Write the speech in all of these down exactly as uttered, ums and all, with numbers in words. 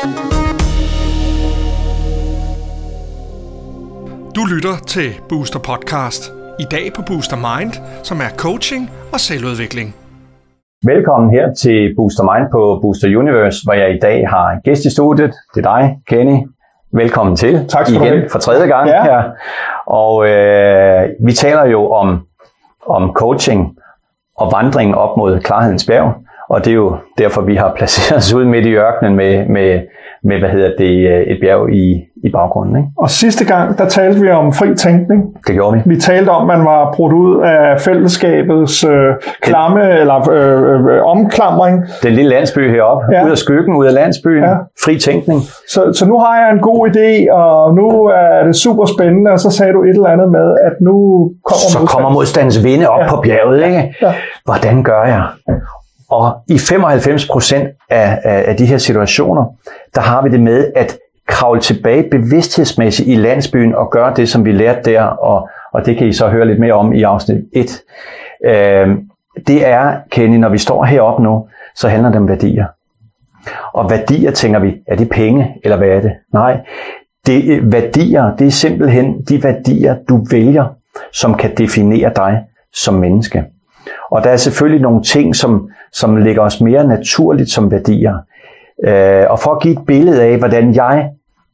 Du lytter til Booster Podcast. I dag på Booster Mind, som er coaching og selvudvikling. Velkommen her til Booster Mind på Booster Universe, hvor jeg i dag har en gæst i studiet. Det er dig, Kenny. Velkommen til. Tak skal du have. Igen for tredje gang ja. her. Og øh, vi taler jo om, om coaching og vandring op mod klarhedens bjerg. Og det er jo derfor, vi har placeret os ud midt i ørkenen med, med, med hvad hedder det, et bjerg i, i baggrunden. Ikke? Og sidste gang, der talte vi om fri tænkning. Det gjorde vi. Vi talte om, at man var brudt ud af fællesskabets øh, klamme, det, eller øh, øh, omklamring. Den lille landsby heroppe. Ja. Ud af skyggen, ud af landsbyen. Ja. Fri tænkning. Så, så nu har jeg en god idé, og nu er det super spændende. Og så sagde du et eller andet med, at nu kommer Så kommer modstandens vinde op ja. på bjerget. Ikke? Ja. Hvordan gør jeg? Og i femoghalvfems procent af, af, af de her situationer, der har vi det med at kravle tilbage bevidsthedsmæssigt i landsbyen og gøre det, som vi lærte der, og, og det kan I så høre lidt mere om i afsnit et. Øh, det er, Kenny, når vi står heroppe nu, så handler det om værdier. Og værdier, tænker vi, er det penge, eller hvad er det? Nej, det, værdier, det er simpelthen de værdier, du vælger, som kan definere dig som menneske. Og der er selvfølgelig nogle ting, som, som ligger os mere naturligt som værdier. Øh, og for at give et billede af, hvordan jeg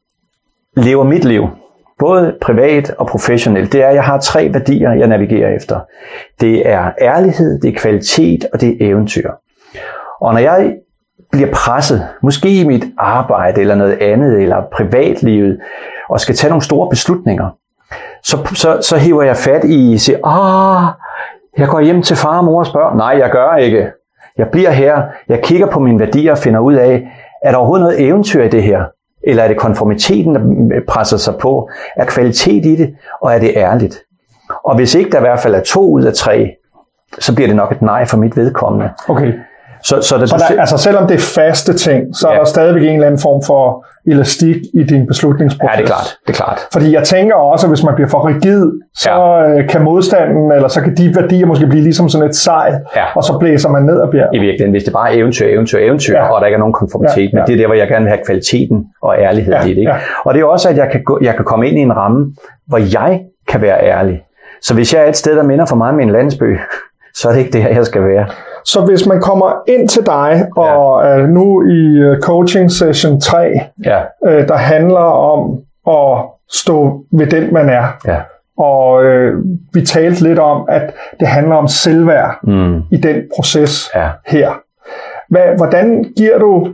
lever mit liv, både privat og professionelt, det er, at jeg har tre værdier, jeg navigerer efter. Det er ærlighed, det er kvalitet, og det er eventyr. Og når jeg bliver presset, måske i mit arbejde eller noget andet, eller privatlivet, og skal tage nogle store beslutninger, så, så, så hiver jeg fat i og siger, ah, jeg går hjem til far og mor og spørger. Nej, jeg gør ikke. Jeg bliver her. Jeg kigger på mine værdier og finder ud af, er der overhovedet noget eventyr i det her? Eller er det konformiteten, der presser sig på? Er kvalitet i det? Og er det ærligt? Og hvis ikke der i hvert fald er to ud af tre, så bliver det nok et nej for mit vedkommende. Okay. Så, så, der, så der, altså selvom det er faste ting, så ja. er der stadigvæk en eller anden form for elastik i din beslutningsproces. Ja, det er klart. Det er klart. Fordi jeg tænker også, at hvis man bliver for rigid, så ja. kan modstanden, eller så kan de værdier måske blive ligesom sådan et sejl, ja. og så blæser man ned ad bjerget. I virkeligheden, hvis det bare er eventyr, eventyr, eventyr, ja. og der ikke er nogen konformitet, ja. Ja. men det er der, hvor jeg gerne vil have kvaliteten og ærlighed ja. i det. Ikke? Ja. Og det er også, at jeg kan, gå, jeg kan komme ind i en ramme, hvor jeg kan være ærlig. Så hvis jeg er et sted, der minder for meget om en landsby, så er det ikke det her, jeg skal være. Så hvis man kommer ind til dig, og ja. øh, nu i coaching session tre, ja. øh, der handler om at stå ved den, man er. Ja. Og øh, vi talte lidt om, at det handler om selvværd mm. i den proces ja. her. Hvad, hvordan giver du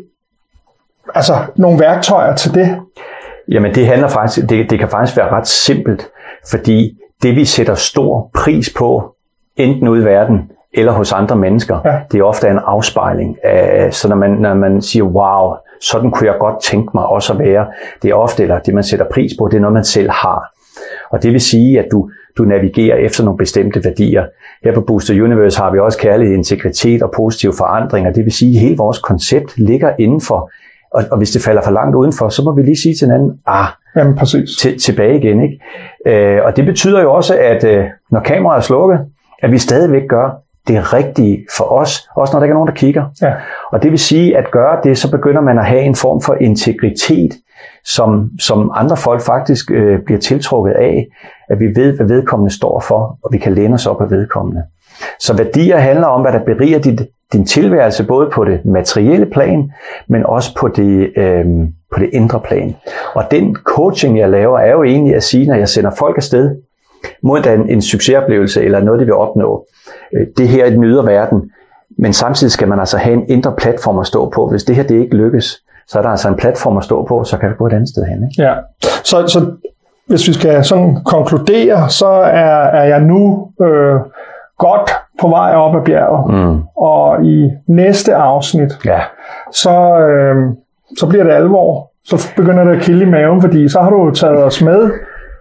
altså, nogle værktøjer til det? Jamen det handler faktisk, det, det kan faktisk være ret simpelt, fordi det vi sætter stor pris på, enten ude i verden, eller hos andre mennesker, ja. det er ofte en afspejling. Så når man, når man siger, wow, sådan kunne jeg godt tænke mig også at være, det er ofte, eller det man sætter pris på, det er noget, man selv har. Og det vil sige, at du, du navigerer efter nogle bestemte værdier. Her på Booster Universe har vi også kærlighed, integritet og positive forandringer. Det vil sige, at hele vores koncept ligger indenfor. Og, og hvis det falder for langt udenfor, så må vi lige sige til hinanden, ah, Jamen, præcis. Til, tilbage igen. Ikke? Øh, og det betyder jo også, at øh, når kameraet er slukket, at vi stadigvæk gør det rigtige for os, også når der ikke er nogen, der kigger. Ja. Og det vil sige, at gøre det, så begynder man at have en form for integritet, som, som andre folk faktisk øh, bliver tiltrukket af, at vi ved, hvad vedkommende står for, og vi kan læne os op af vedkommende. Så værdier handler om, hvad der beriger dit, din tilværelse, både på det materielle plan, men også på det, øh, på det indre plan. Og den coaching, jeg laver, er jo egentlig at sige, når jeg sender folk afsted, mod en, en succesoplevelse eller noget, de vil opnå. Det her er den ydre verden, men samtidig skal man altså have en indre platform at stå på. Hvis det her det ikke lykkes, så er der altså en platform at stå på, så kan vi gå et andet sted hen. Ikke? Ja, så, så hvis vi skal sådan konkludere, så er, er jeg nu øh, godt på vej op ad bjerget, mm. og i næste afsnit, ja. så, øh, så bliver det alvor. Så begynder det at kilde i maven, fordi så har du taget os med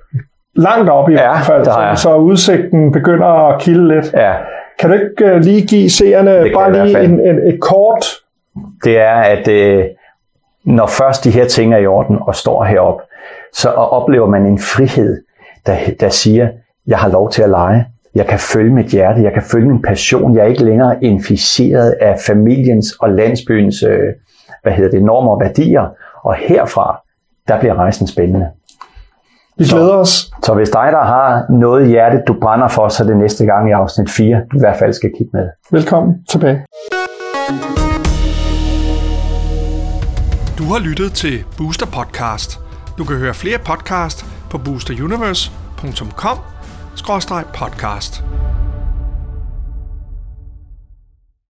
langt op i ja, hvert fald, så, så udsigten begynder at kilde lidt. Ja. Kan du ikke uh, lige give seerne bare lige en, en, et kort? Det er, at øh, når først de her ting er i orden og står heroppe, så oplever man en frihed, der, der siger, jeg har lov til at lege. Jeg kan følge mit hjerte, jeg kan følge min passion. Jeg er ikke længere inficeret af familiens og landsbyens øh, hvad hedder det, normer og værdier, og herfra, der bliver rejsen spændende. Vi glæder os. Så hvis dig, der har noget i hjertet, du brænder for, så det næste gang i afsnit fire, du i hvert fald skal kigge med. Velkommen tilbage. Du har lyttet til Booster Podcast. Du kan høre flere podcast på booster universe punktum com skråstreg podcast.